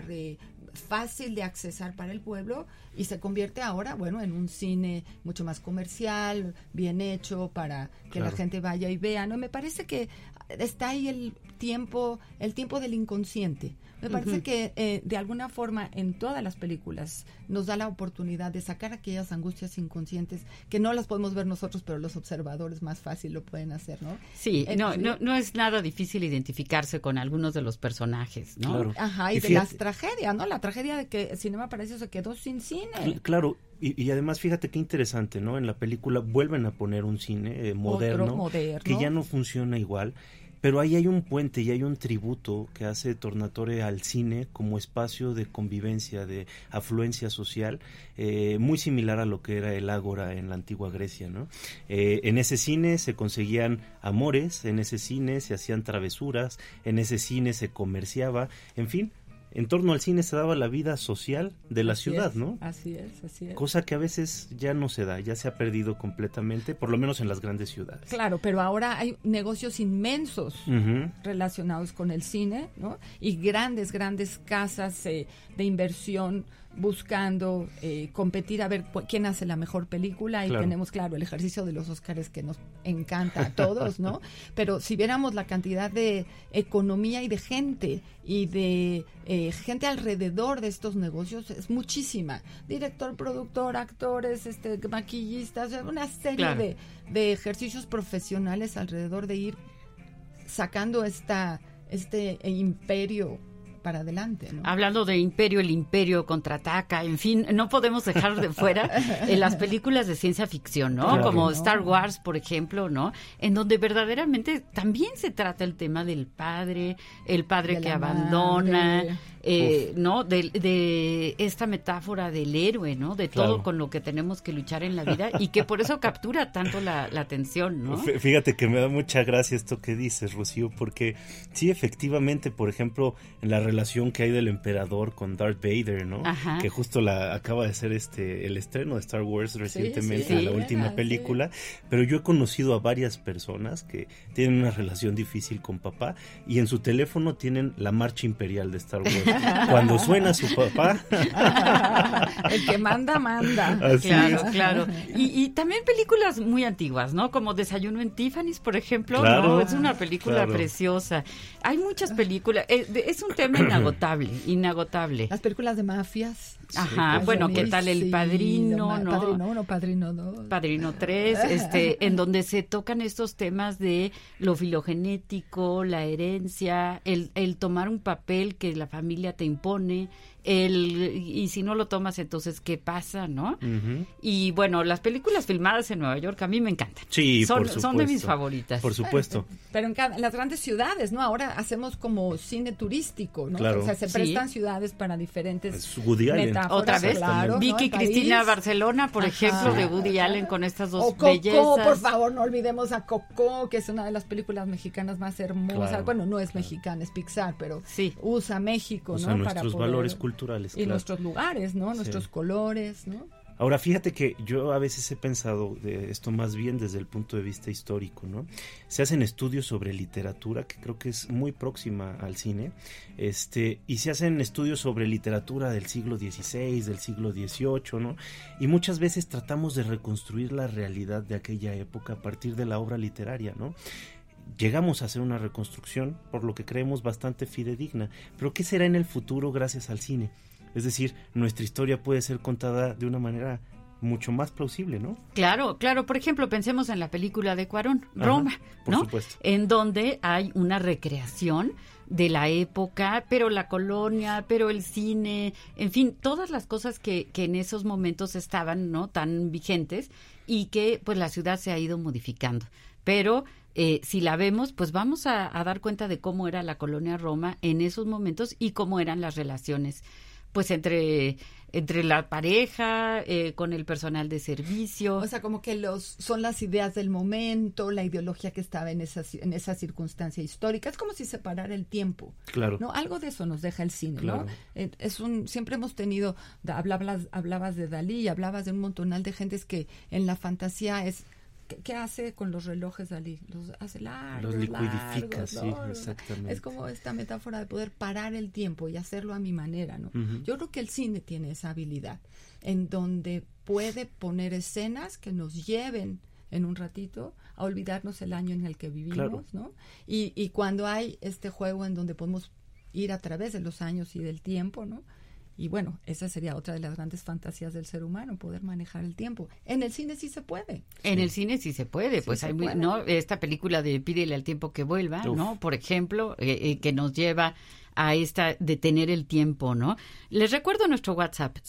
F: fácil de accesar para el pueblo y se convierte ahora, bueno, en un cine mucho más comercial, bien hecho para que la gente vaya y vea, ¿no? Me parece que está ahí el tiempo del inconsciente. Me parece que de alguna forma en todas las películas nos da la oportunidad de sacar aquellas angustias inconscientes que no las podemos ver nosotros, pero los observadores más fácil lo pueden hacer, ¿no?
E: Sí, no es nada difícil identificarse con algunos de los personajes, ¿no?
F: Claro. Ajá, y de las tragedias, ¿no? La tragedia de que Cinema Paradiso se quedó sin cine.
G: Claro, y además fíjate qué interesante, ¿no? En la película vuelven a poner un cine moderno que ya no funciona igual. Pero ahí hay un puente y hay un tributo que hace Tornatore al cine como espacio de convivencia, de afluencia social, muy similar a lo que era el Ágora en la antigua Grecia, ¿no? En ese cine se conseguían amores, en ese cine se hacían travesuras, en ese cine se comerciaba, en fin. En torno al cine se daba la vida social de la ciudad, ¿no?
F: Así es.
G: Cosa que a veces ya no se da, ya se ha perdido completamente, por lo menos en las grandes ciudades.
F: Claro, pero ahora hay negocios inmensos relacionados con el cine, ¿no? Y grandes casas de inversión buscando competir a ver quién hace la mejor película y tenemos, claro, el ejercicio de los Óscares que nos encanta a todos, ¿no? Pero si viéramos la cantidad de economía y de gente y de gente alrededor de estos negocios es muchísima. Director, productor, actores, maquillistas, una serie de ejercicios profesionales alrededor de ir sacando este imperio para adelante, ¿no?
E: Hablando de imperio, el imperio contraataca, en fin, no podemos dejar de fuera las películas de ciencia ficción, ¿no? Claro, como Star Wars, por ejemplo, ¿no? En donde verdaderamente también se trata el tema del padre, el padre que abandona, ¿no? De esta metáfora del héroe, ¿no? De todo con lo que tenemos que luchar en la vida y que por eso captura tanto la atención, ¿no?
G: Fíjate que me da mucha gracia esto que dices, Rocío, porque sí, efectivamente, por ejemplo, en la relación que hay del emperador con Darth Vader, ¿no? Ajá. Que justo acaba de ser el estreno de Star Wars recientemente, la última película, pero yo he conocido a varias personas que tienen una relación difícil con papá y en su teléfono tienen la marcha imperial de Star Wars. Cuando suena su papá,
F: el que manda.
G: Así
E: claro. Y también películas muy antiguas, ¿no? Como Desayuno en Tiffany's, por ejemplo,
G: claro,
E: ¿no? Es una película preciosa. Hay muchas películas, es un tema inagotable.
F: Las películas de mafias.
E: Ajá, bueno, ¿qué tal El Padrino, no?
F: Padrino 1, Padrino 2.
E: Padrino 3, en donde se tocan estos temas de lo filogenético, la herencia, el tomar un papel que la familia te impone, y si no lo tomas, entonces, ¿qué pasa, no? Uh-huh. Y bueno, las películas filmadas en Nueva York a mí me encantan.
G: Sí, por supuesto.
E: Son de mis favoritas.
G: Por supuesto.
F: Pero en las grandes ciudades, ¿no? Ahora hacemos como cine turístico, ¿no?
G: Claro.
F: O sea, se prestan ciudades para diferentes
G: Woody Allen.
F: metáforas.
E: Otra vez,
F: claro,
E: Vicky
F: ¿no?
E: Cristina Barcelona, por ejemplo, de Woody Allen, con estas dos bellezas.
F: Coco, por favor, no olvidemos a Coco, que es una de las películas mexicanas más hermosas. Claro. Bueno, no es mexicana, es Pixar, pero usa México,
G: usa
F: ¿no?
G: Nuestros valores culturales.
F: Y nuestros lugares, ¿no? Nuestros colores, ¿no?
G: Ahora, fíjate que yo a veces he pensado de esto más bien desde el punto de vista histórico, ¿no? Se hacen estudios sobre literatura, que creo que es muy próxima al cine, y se hacen estudios sobre literatura del siglo XVI, del siglo XVIII, ¿no? Y muchas veces tratamos de reconstruir la realidad de aquella época a partir de la obra literaria, ¿no? Llegamos a hacer una reconstrucción, por lo que creemos bastante fidedigna, pero ¿qué será en el futuro gracias al cine? Es decir, nuestra historia puede ser contada de una manera mucho más plausible, ¿no?
E: Claro. Por ejemplo, pensemos en la película de Cuarón, Roma, ¿no?
G: Por supuesto.
E: En donde hay una recreación de la época, pero la colonia, pero el cine, en fin, todas las cosas que en esos momentos estaban, ¿no? Tan vigentes y que pues la ciudad se ha ido modificando. Pero si la vemos, pues vamos a dar cuenta de cómo era la colonia Roma en esos momentos y cómo eran las relaciones pues entre la pareja, con el personal de servicio.
F: O sea, como que son las ideas del momento, la ideología que estaba en esa circunstancia histórica. Es como si separara el tiempo.
G: Claro.
F: ¿No? Algo de eso nos deja el cine,
G: claro.
F: ¿No? Siempre hemos tenido, hablabas de Dalí y hablabas de un montonal de gentes que en la fantasía es... ¿Qué hace con los relojes Dalí? Los hace largos,
G: los liquidifica,
F: largos,
G: sí, exactamente.
F: Es como esta metáfora de poder parar el tiempo y hacerlo a mi manera, ¿no? Uh-huh. Yo creo que el cine tiene esa habilidad, en donde puede poner escenas que nos lleven en un ratito a olvidarnos el año en el que vivimos, claro. ¿No? Y cuando hay este juego en donde podemos ir a través de los años y del tiempo, ¿no? Y bueno, esa sería otra de las grandes fantasías del ser humano, poder manejar el tiempo. En el cine sí se puede.
E: En el cine sí se puede, pues hay puede. ¿No? Esta película de Pídele al tiempo que vuelva, ¿no? Por ejemplo, que nos lleva a detener el tiempo, ¿no? Les recuerdo nuestro WhatsApp,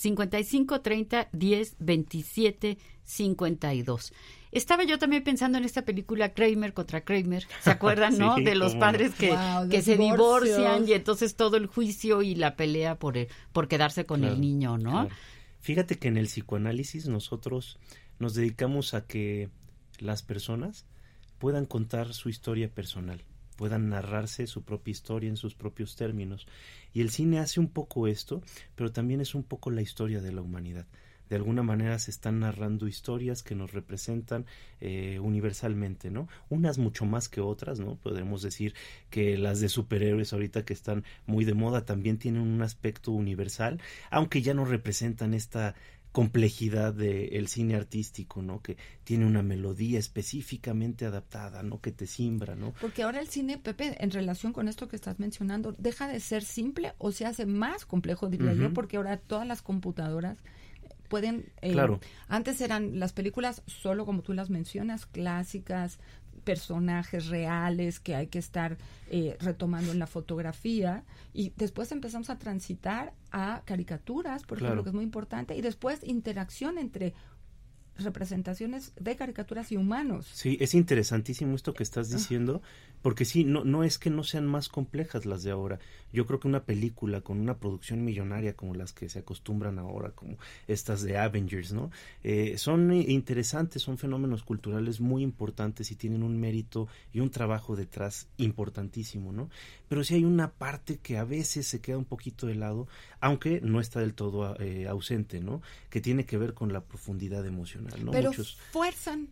E: 5530-1027-52. Estaba yo también pensando en esta película Kramer contra Kramer, ¿se acuerdan, no? De los padres que se divorcian y entonces todo el juicio y la pelea por quedarse con el niño, ¿no?
G: Claro. Fíjate que en el psicoanálisis nosotros nos dedicamos a que las personas puedan contar su historia personal, puedan narrarse su propia historia en sus propios términos. Y el cine hace un poco esto, pero también es un poco la historia de la humanidad. De alguna manera se están narrando historias que nos representan universalmente, ¿no? Unas mucho más que otras, ¿no? Podemos decir que las de superhéroes ahorita que están muy de moda también tienen un aspecto universal, aunque ya no representan esta complejidad del cine artístico, ¿no? Que tiene una melodía específicamente adaptada, ¿no? Que te simbra, ¿no?
F: Porque ahora el cine, Pepe, en relación con esto que estás mencionando, deja de ser simple o se hace más complejo, diría yo, porque ahora todas las computadoras pueden,
G: claro.
F: Antes eran las películas solo como tú las mencionas, clásicas, personajes reales que hay que estar retomando en la fotografía, y después empezamos a transitar a caricaturas, por ejemplo, que es muy importante, y después interacción entre representaciones de caricaturas y humanos.
G: Sí, es interesantísimo esto que estás diciendo, porque sí, no es que no sean más complejas las de ahora. Yo creo que una película con una producción millonaria como las que se acostumbran ahora, como estas de Avengers, ¿no? Son interesantes, son fenómenos culturales muy importantes y tienen un mérito y un trabajo detrás importantísimo, ¿no? Pero sí hay una parte que a veces se queda un poquito de lado, aunque no está del todo ausente, ¿no? Que tiene que ver con la profundidad emocional, ¿no?
F: Pero fuerzan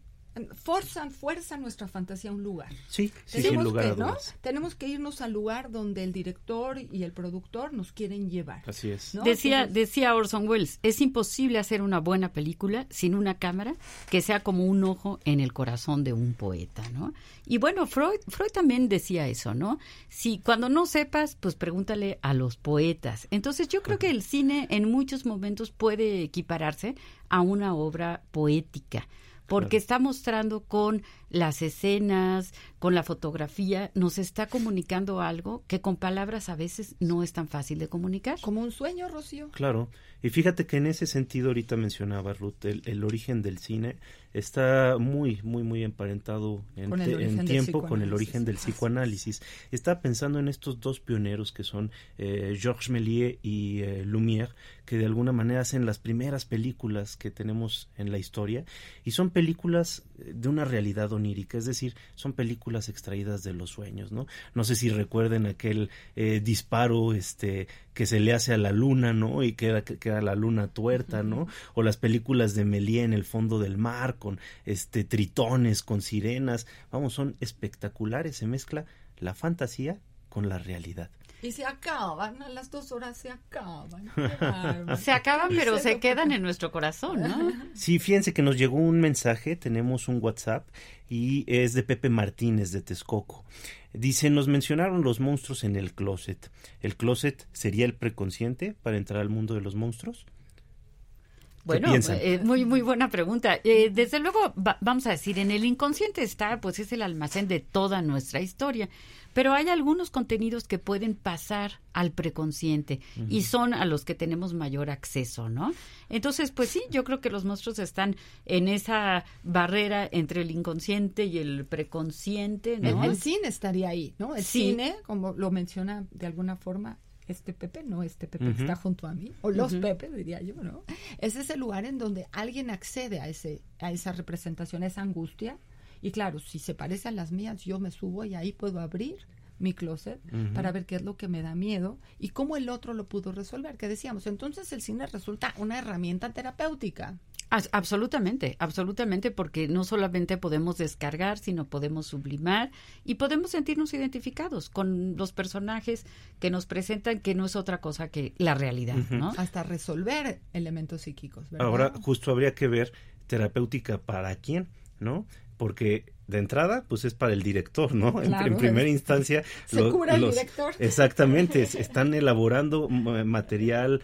F: nuestra fantasía a un lugar.
G: Sí, sin lugar a
F: ¿no?
G: dudas.
F: Tenemos que irnos al lugar donde el director y el productor nos quieren llevar.
G: Así es.
F: ¿no?
E: Decía Orson Welles, es imposible hacer una buena película sin una cámara que sea como un ojo en el corazón de un poeta, ¿no? Y bueno, Freud también decía eso, ¿no? Si cuando no sepas, pues pregúntale a los poetas. Entonces yo creo que el cine en muchos momentos puede equipararse a una obra poética, porque está mostrando con las escenas, con la fotografía, nos está comunicando algo que con palabras a veces no es tan fácil de comunicar.
F: Como un sueño, Rocío.
G: Claro, y fíjate que en ese sentido ahorita mencionaba Ruth, el origen del cine está muy emparentado en tiempo con el origen del psicoanálisis. Estaba pensando en estos dos pioneros que son Georges Méliès y Lumière, que de alguna manera hacen las primeras películas que tenemos en la historia, y son películas de una realidad onírica, es decir, son películas extraídas de los sueños, ¿no? No sé si recuerden aquel disparo que se le hace a la luna, ¿no? Y queda la luna tuerta, ¿no? O las películas de Méliès en el fondo del mar, con tritones, con sirenas, vamos, son espectaculares, se mezcla la fantasía con la realidad.
F: Y se acaban, a las 2 horas se acaban.
E: Se acaban, pero se quedan en nuestro corazón, ¿no?
G: Sí, fíjense que nos llegó un mensaje, tenemos un WhatsApp, y es de Pepe Martínez de Texcoco. Dice, nos mencionaron los monstruos en el closet. ¿El closet sería el preconsciente para entrar al mundo de los monstruos?
E: Bueno, muy buena pregunta. Desde luego, vamos a decir, en el inconsciente está, pues es el almacén de toda nuestra historia, pero hay algunos contenidos que pueden pasar al preconsciente y son a los que tenemos mayor acceso, ¿no? Entonces, pues sí, yo creo que los monstruos están en esa barrera entre el inconsciente y el preconsciente, ¿no?
F: El cine estaría ahí, ¿no? El cine, como lo menciona de alguna forma Pepe que está junto a mí, o los Pepe, diría yo, ¿no? Ese es el lugar en donde alguien accede a esa representación, a esa angustia, y claro, si se parece a las mías, yo me subo y ahí puedo abrir mi closet para ver qué es lo que me da miedo y cómo el otro lo pudo resolver, que decíamos, entonces el cine resulta una herramienta terapéutica.
E: Absolutamente, porque no solamente podemos descargar, sino podemos sublimar y podemos sentirnos identificados con los personajes que nos presentan, que no es otra cosa que la realidad, ¿no?
F: Hasta resolver elementos psíquicos, ¿verdad?
G: Ahora, justo habría que ver terapéutica para quién, ¿no? Porque de entrada, pues es para el director, ¿no? Claro, en primera instancia.
F: Se cura el director.
G: Exactamente, están elaborando material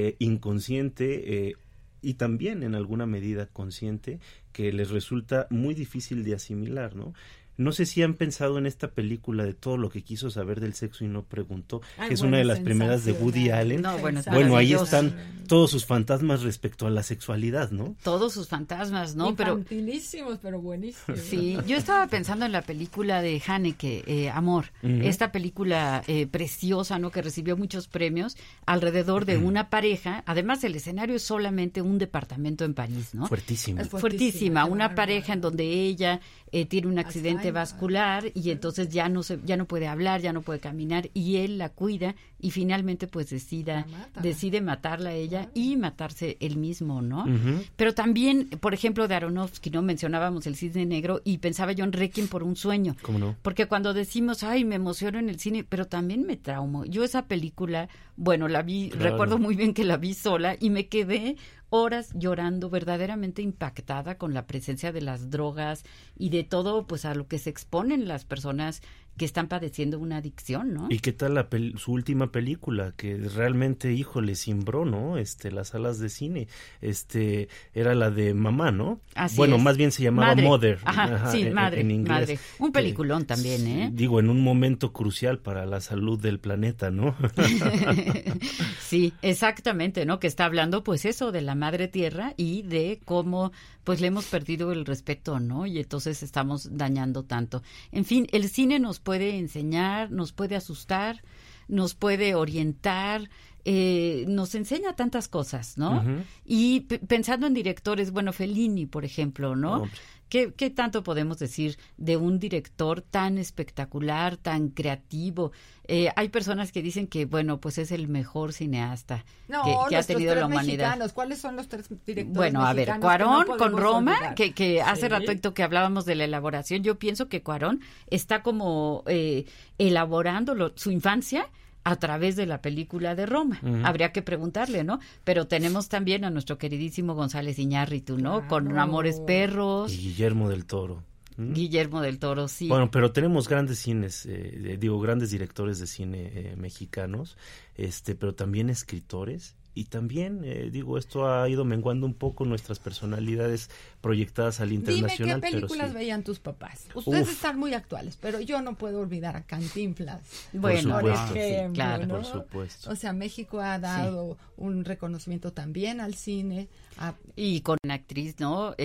G: inconsciente y también en alguna medida consciente que les resulta muy difícil de asimilar, ¿no? No sé si han pensado en esta película de todo lo que quiso saber del sexo y no preguntó, que es una de las primeras de Woody Allen.
E: No,
G: bueno, ahí están todos sus fantasmas respecto a la sexualidad, ¿no?
E: Todos sus fantasmas, ¿no?
F: Infantilísimos, pero buenísimos.
E: Sí, yo estaba pensando en la película de Haneke, Amor, esta película preciosa, ¿no? Que recibió muchos premios alrededor de una pareja. Además, el escenario es solamente un departamento en París, ¿no? Fuertísima, una pareja en donde ella tiene un accidente vascular y entonces ya no puede hablar, ya no puede caminar y él la cuida y finalmente pues decide matarla a ella y matarse él mismo, ¿no? Pero también, por ejemplo, de Aronofsky, ¿no? Mencionábamos El Cisne Negro y pensaba yo en Requiem por un sueño.
G: ¿Cómo no?
E: Porque cuando decimos, ay, me emociono en el cine, pero también me traumo. Yo esa película, bueno, la vi, recuerdo muy bien que la vi sola y me quedé horas llorando, verdaderamente impactada con la presencia de las drogas y de todo, pues a lo que se exponen las personas que están padeciendo una adicción, ¿no?
G: ¿Y qué tal su última película? Que realmente, híjole, cimbró, ¿no? Las salas de cine. Era la de Mamá, ¿no?
E: Así
G: bueno,
E: es.
G: más bien se llamaba
E: Madre.
G: Mother.
E: Ajá, sí, Madre,
G: en inglés.
E: Madre. Un peliculón también, ¿eh?
G: Digo, en un momento crucial para la salud del planeta, ¿no?
E: Sí, exactamente, ¿no? Que está hablando, pues eso, de la madre tierra y de cómo, pues le hemos perdido el respeto, ¿no? Y entonces estamos dañando tanto. En fin, el cine nos puede enseñar, nos puede asustar, nos puede orientar, nos enseña tantas cosas, ¿no?
G: Uh-huh.
E: Y pensando en directores, bueno, Fellini, por ejemplo, ¿no?
G: Hombre.
E: ¿Qué tanto podemos decir de un director tan espectacular, tan creativo? Hay personas que dicen que, bueno, pues es el mejor cineasta que ha tenido la humanidad.
F: Mexicanos. ¿Cuáles son los 3 directores
E: bueno, a ver, Cuarón con Roma, que hace
F: Sí.
E: rato que hablábamos de la elaboración, yo pienso que Cuarón está como elaborando su infancia a través de la película de Roma. Uh-huh. Habría que preguntarle, ¿no? Pero tenemos también a nuestro queridísimo González Iñárritu, ¿no? Claro. Con Amores Perros.
G: Y Guillermo del Toro.
E: Guillermo del Toro, sí.
G: Bueno, pero tenemos grandes cines, grandes directores de cine mexicanos, pero también escritores. Y también, esto ha ido menguando un poco nuestras personalidades proyectadas al internacional.
F: Dime, ¿qué películas
G: sí.
F: veían tus papás? Ustedes están muy actuales, pero yo no puedo olvidar a Cantinflas.
E: Bueno,
F: por ejemplo,
E: sí, claro.
F: ¿no?
G: Por supuesto.
F: O sea, México ha dado un reconocimiento también al cine.
E: Y con una actriz, ¿no?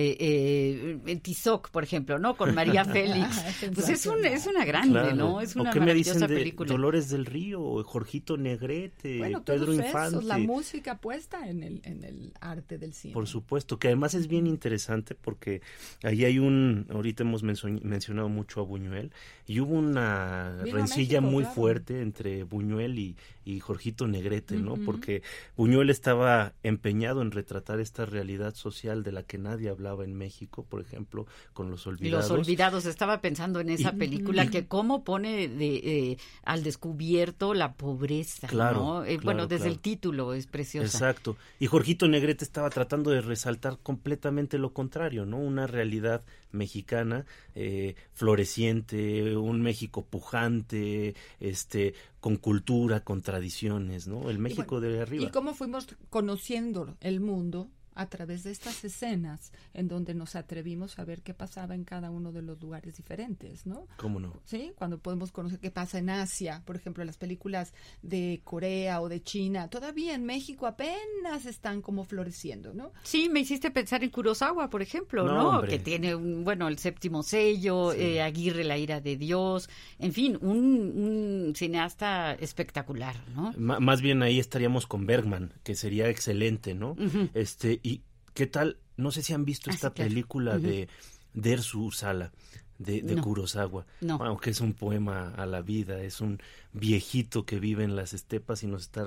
E: Tizoc, por ejemplo, ¿no? Con María Félix. Pues es una grande, claro. ¿no? Es una maravillosa película.
G: Dolores del Río, Jorgito Negrete,
F: bueno,
G: Pedro Infante.
F: La música puesta en el arte del cine.
G: Por supuesto, que además es bien interesante porque ahí hay ahorita hemos mencionado mucho a Buñuel, y hubo una rencilla muy fuerte entre Buñuel y Jorgito Negrete, ¿no? Porque Buñuel estaba empeñado en retratar esta realidad social de la que nadie hablaba en México, por ejemplo, con Los Olvidados.
E: Los Olvidados, estaba pensando en esa película que cómo pone al descubierto la pobreza,
G: claro,
E: ¿no? Bueno, desde el título es preciosa.
G: Exacto. Y Jorgito Negrete estaba tratando de resaltar completamente lo contrario, ¿no? Una realidad mexicana floreciente, un México pujante, con cultura, con tradiciones, ¿no? El México de arriba.
F: Y cómo fuimos conociendo el mundo a través de estas escenas en donde nos atrevimos a ver qué pasaba en cada uno de los lugares diferentes, ¿no?
G: ¿Cómo no?
F: Sí, cuando podemos conocer qué pasa en Asia, por ejemplo, las películas de Corea o de China, todavía en México apenas están como floreciendo, ¿no?
E: Sí, me hiciste pensar en Kurosawa, por ejemplo, ¿no? Que tiene el séptimo sello, sí. Aguirre, La ira de Dios, en fin, un cineasta espectacular, ¿no?
G: Más bien ahí estaríamos con Bergman, que sería excelente, ¿no?
E: Uh-huh.
G: ¿Y qué tal? No sé si han visto esta película de Dersu Sala, de Kurosawa.
E: No.
G: Bueno, que es un poema a la vida, es un viejito que vive en las estepas y nos está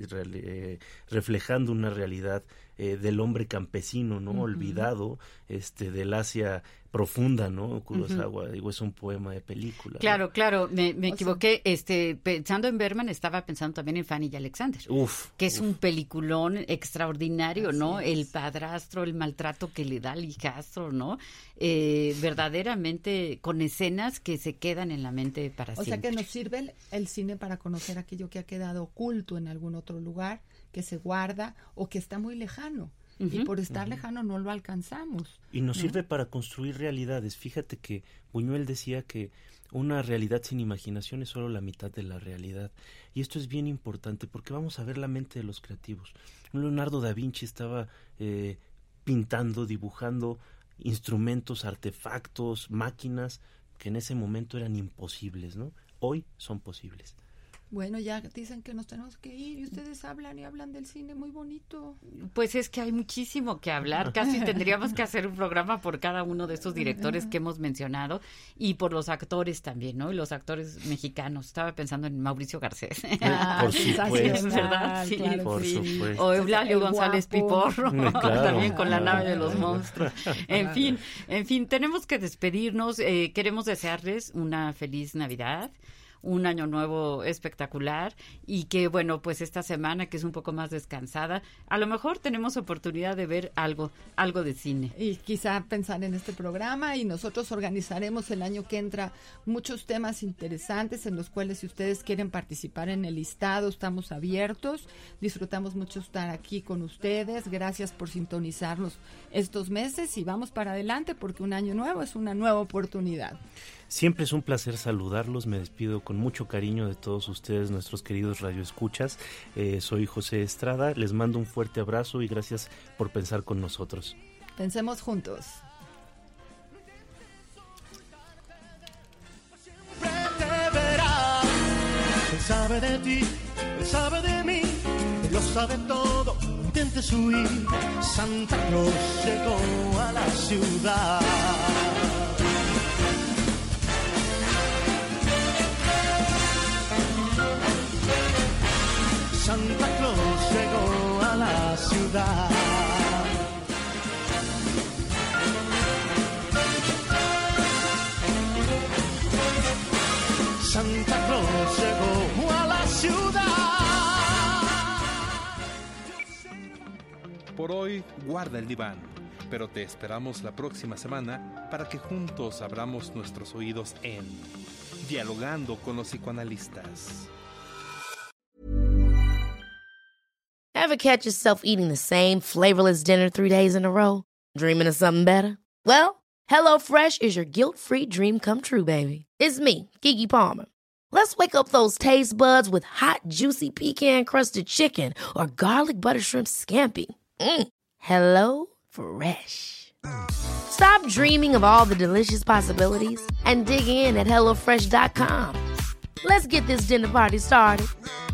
G: reflejando una realidad del hombre campesino, ¿no? Olvidado, del Asia profunda, ¿no? Kurosawa, digo, es un poema de película.
E: Claro, ¿no? Claro, me equivoqué, pensando en Bergman, estaba pensando también en Fanny y Alexander, que es un peliculón extraordinario, así ¿no? Es. El padrastro, el maltrato que le da al hijastro, ¿no? Verdaderamente con escenas que se quedan en la mente para siempre.
F: O sea que nos sirve el cine para conocer aquello que ha quedado oculto en algún otro lugar, que se guarda o que está muy lejano. Y por estar lejano no lo alcanzamos.
G: Y nos sirve para construir realidades. Fíjate que Buñuel decía que una realidad sin imaginación es solo la mitad de la realidad. Y esto es bien importante porque vamos a ver la mente de los creativos. Leonardo da Vinci estaba pintando, dibujando instrumentos, artefactos, máquinas que en ese momento eran imposibles, ¿no? Hoy son posibles.
F: Bueno, ya dicen que nos tenemos que ir y ustedes hablan y hablan del cine muy bonito.
E: Pues es que hay muchísimo que hablar, casi tendríamos que hacer un programa por cada uno de estos directores que hemos mencionado y por los actores también, ¿no? Y los actores mexicanos. Estaba pensando en Mauricio Garcés.
G: Por supuesto.
E: ¿Verdad? Sí,
F: claro,
E: por
G: supuesto.
E: O Eulalio González Piporro,
G: claro,
E: también con La nave de los monstruos. En fin, tenemos que despedirnos. Queremos desearles una feliz Navidad, un año nuevo espectacular y que, bueno, pues esta semana que es un poco más descansada, a lo mejor tenemos oportunidad de ver algo de cine.
F: Y quizá pensar en este programa, y nosotros organizaremos el año que entra muchos temas interesantes en los cuales, si ustedes quieren participar en el listado, estamos abiertos. Disfrutamos mucho estar aquí con ustedes. Gracias por sintonizarnos estos meses y vamos para adelante porque un año nuevo es una nueva oportunidad.
G: Siempre es un placer saludarlos, me despido con mucho cariño de todos ustedes, nuestros queridos radioescuchas. Soy José Estrada, les mando un fuerte abrazo y gracias por pensar con nosotros.
F: Pensemos juntos.
D: Siempre te verá. Él sabe de ti, él sabe de mí, él lo sabe todo, intentes huir. Santa Claus llegó a la ciudad. Santa Claus llegó a la ciudad. Santa Claus llegó a la ciudad.
C: Por hoy, guarda el diván, pero te esperamos la próxima semana para que juntos abramos nuestros oídos en Dialogando con los psicoanalistas.
K: Ever catch yourself eating the same flavorless dinner 3 days in a row? Dreaming of something better? Well, HelloFresh is your guilt-free dream come true, baby. It's me, Keke Palmer. Let's wake up those taste buds with hot, juicy pecan-crusted chicken or garlic butter shrimp scampi. Hello Fresh. Stop dreaming of all the delicious possibilities and dig in at HelloFresh.com. Let's get this dinner party started.